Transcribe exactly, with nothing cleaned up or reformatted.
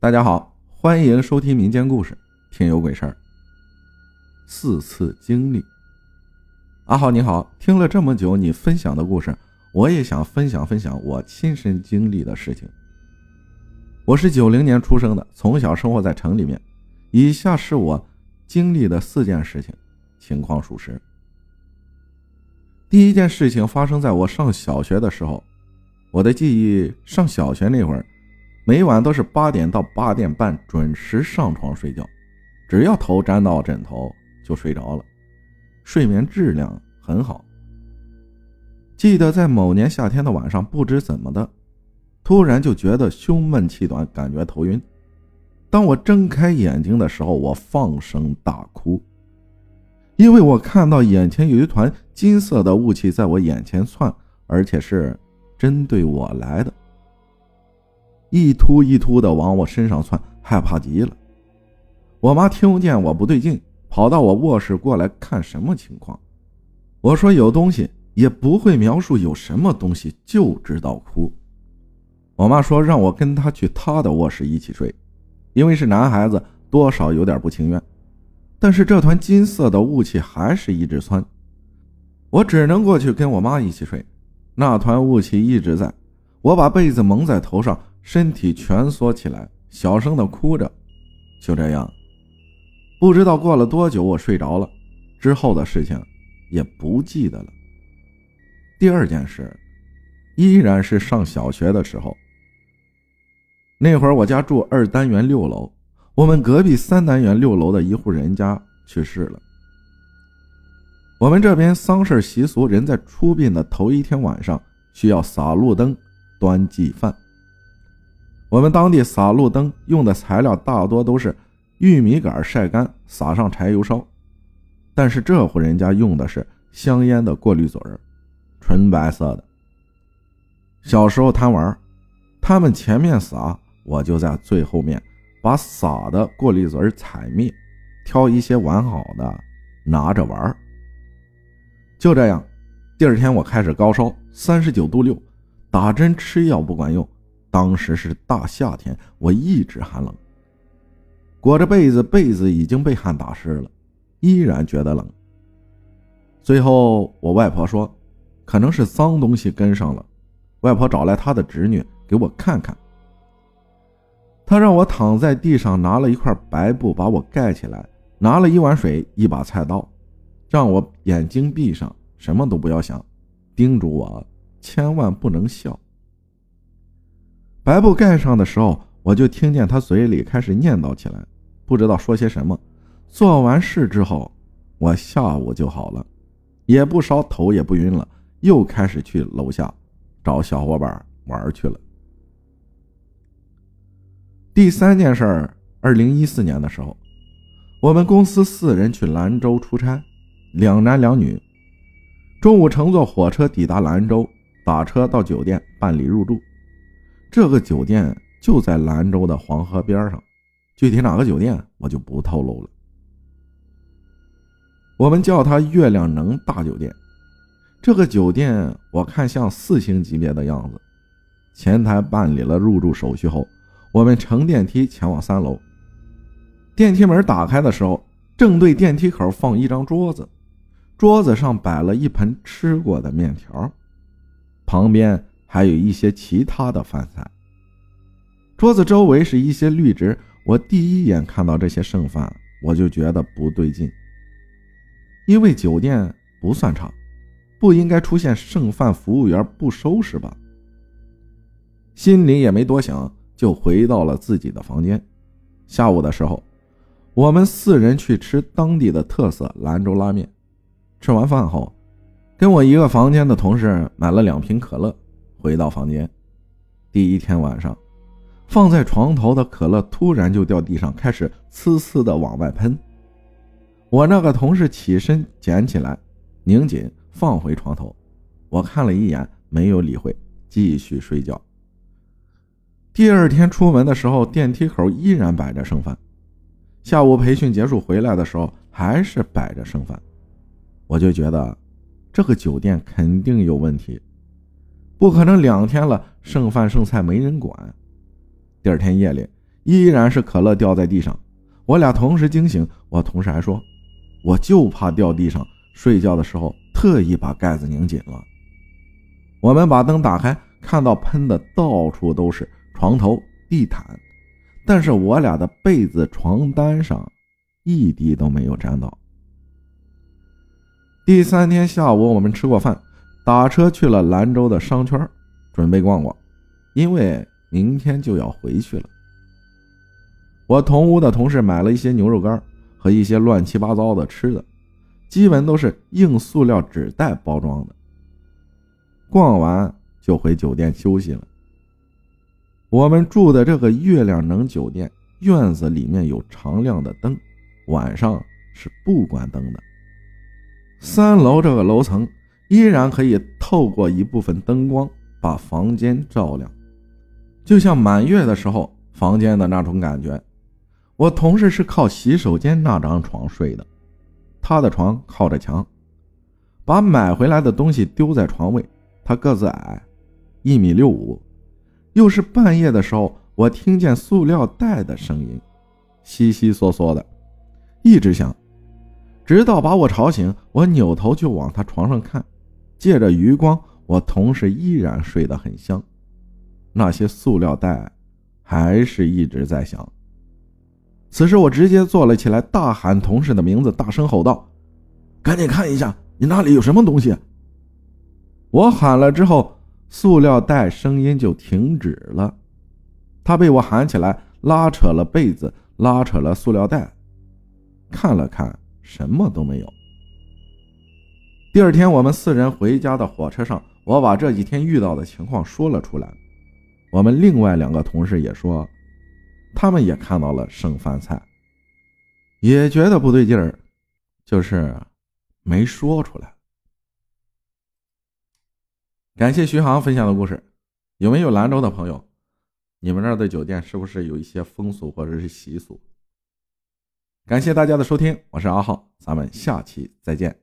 大家好，欢迎收听民间故事，听有鬼事儿。四次经历。阿浩你好，听了这么久你分享的故事，我也想分享分享我亲身经历的事情。我是九零年出生的，从小生活在城里面。以下是我经历的四件事情，情况属实。第一件事情发生在我上小学的时候。我的记忆，上小学那会儿，每晚都是八点到八点半准时上床睡觉，只要头沾到枕头就睡着了，睡眠质量很好。记得在某年夏天的晚上，不知怎么的，突然就觉得胸闷气短，感觉头晕。当我睁开眼睛的时候，我放声大哭，因为我看到眼前有一团金色的雾气在我眼前窜，而且是针对我来的，一突一突的往我身上窜，害怕极了。我妈听见我不对劲，跑到我卧室过来看什么情况。我说有东西，也不会描述有什么东西，就知道哭。我妈说让我跟她去她的卧室一起睡，因为是男孩子，多少有点不情愿。但是这团金色的雾气还是一直窜，我只能过去跟我妈一起睡。那团雾气一直在，我把被子蒙在头上，身体蜷缩起来，小声的哭着。就这样，不知道过了多久，我睡着了，之后的事情也不记得了。第二件事依然是上小学的时候。那会儿我家住二单元六楼，我们隔壁三单元六楼的一户人家去世了。我们这边丧事习俗，人在出殡的头一天晚上需要撒路灯端祭饭。我们当地撒路灯用的材料大多都是玉米杆晒干，撒上柴油烧，但是这户人家用的是香烟的过滤嘴，纯白色的。小时候贪玩，他们前面撒，我就在最后面把撒的过滤嘴踩灭，挑一些完好的拿着玩。就这样，第二天我开始高烧，三十九度六，打针吃药不管用。当时是大夏天，我一直寒冷，裹着被子，被子已经被汗打湿了，依然觉得冷。最后我外婆说可能是脏东西跟上了，外婆找来她的侄女给我看看。她让我躺在地上，拿了一块白布把我盖起来，拿了一碗水，一把菜刀，让我眼睛闭上，什么都不要想，叮嘱我千万不能笑。白布盖上的时候，我就听见他嘴里开始念叨起来，不知道说些什么。做完事之后，我下午就好了，也不烧，头也不晕了，又开始去楼下找小伙伴玩去了。第三件事儿，二零一四年的时候，我们公司四人去兰州出差，两男两女。中午乘坐火车抵达兰州，打车到酒店办理入住。这个酒店就在兰州的黄河边上，具体哪个酒店我就不透露了。我们叫它月亮能大酒店。这个酒店我看像四星级别的样子。前台办理了入住手续后，我们乘电梯前往三楼。电梯门打开的时候，正对电梯口放一张桌子，桌子上摆了一盆吃过的面条，旁边还有一些其他的饭菜。桌子周围是一些绿植，我第一眼看到这些剩饭，我就觉得不对劲。因为酒店不算差，不应该出现剩饭服务员不收拾吧。心里也没多想，就回到了自己的房间。下午的时候，我们四人去吃当地的特色兰州拉面。吃完饭后，跟我一个房间的同事买了两瓶可乐，回到房间。第一天晚上，放在床头的可乐突然就掉地上，开始呲呲的往外喷。我那个同事起身捡起来，拧紧放回床头。我看了一眼，没有理会，继续睡觉。第二天出门的时候，电梯口依然摆着剩饭。下午培训结束回来的时候，还是摆着剩饭。我就觉得这个酒店肯定有问题，不可能两天了剩饭剩菜没人管。第二天夜里， 依然是可乐掉在地上。我俩同时惊醒，我同事还说，我就怕掉地上，睡觉的时候特意把盖子拧紧了。我们把灯打开，看到喷的到处都是，床头、地毯，但是我俩的被子、床单上一滴都没有沾到。第三天下午，我们吃过饭，打车去了兰州的商圈，准备逛逛，因为明天就要回去了。我同屋的同事买了一些牛肉干和一些乱七八糟的吃的，基本都是硬塑料纸袋包装的。逛完就回酒店休息了。我们住的这个月亮能酒店，院子里面有常亮的灯，晚上是不关灯的。三楼这个楼层依然可以透过一部分灯光把房间照亮，就像满月的时候房间的那种感觉。我同事是靠洗手间那张床睡的，他的床靠着墙，把买回来的东西丢在床位。他个子矮，一米六五，又是半夜的时候，我听见塑料袋的声音，悉悉嗦嗦的，一直响，直到把我吵醒。我扭头就往他床上看，借着余光，我同事依然睡得很香，那些塑料袋还是一直在响。此时我直接坐了起来，大喊同事的名字，大声吼道，赶紧看一下，你那里有什么东西。我喊了之后，塑料袋声音就停止了。他被我喊起来，拉扯了被子，拉扯了塑料袋，看了看，什么都没有。第二天我们四人回家的火车上，我把这几天遇到的情况说了出来。我们另外两个同事也说，他们也看到了剩饭菜，也觉得不对劲儿，就是没说出来。感谢徐航分享的故事。有没有兰州的朋友？你们那儿的酒店是不是有一些风俗或者是习俗？感谢大家的收听，我是阿浩，咱们下期再见。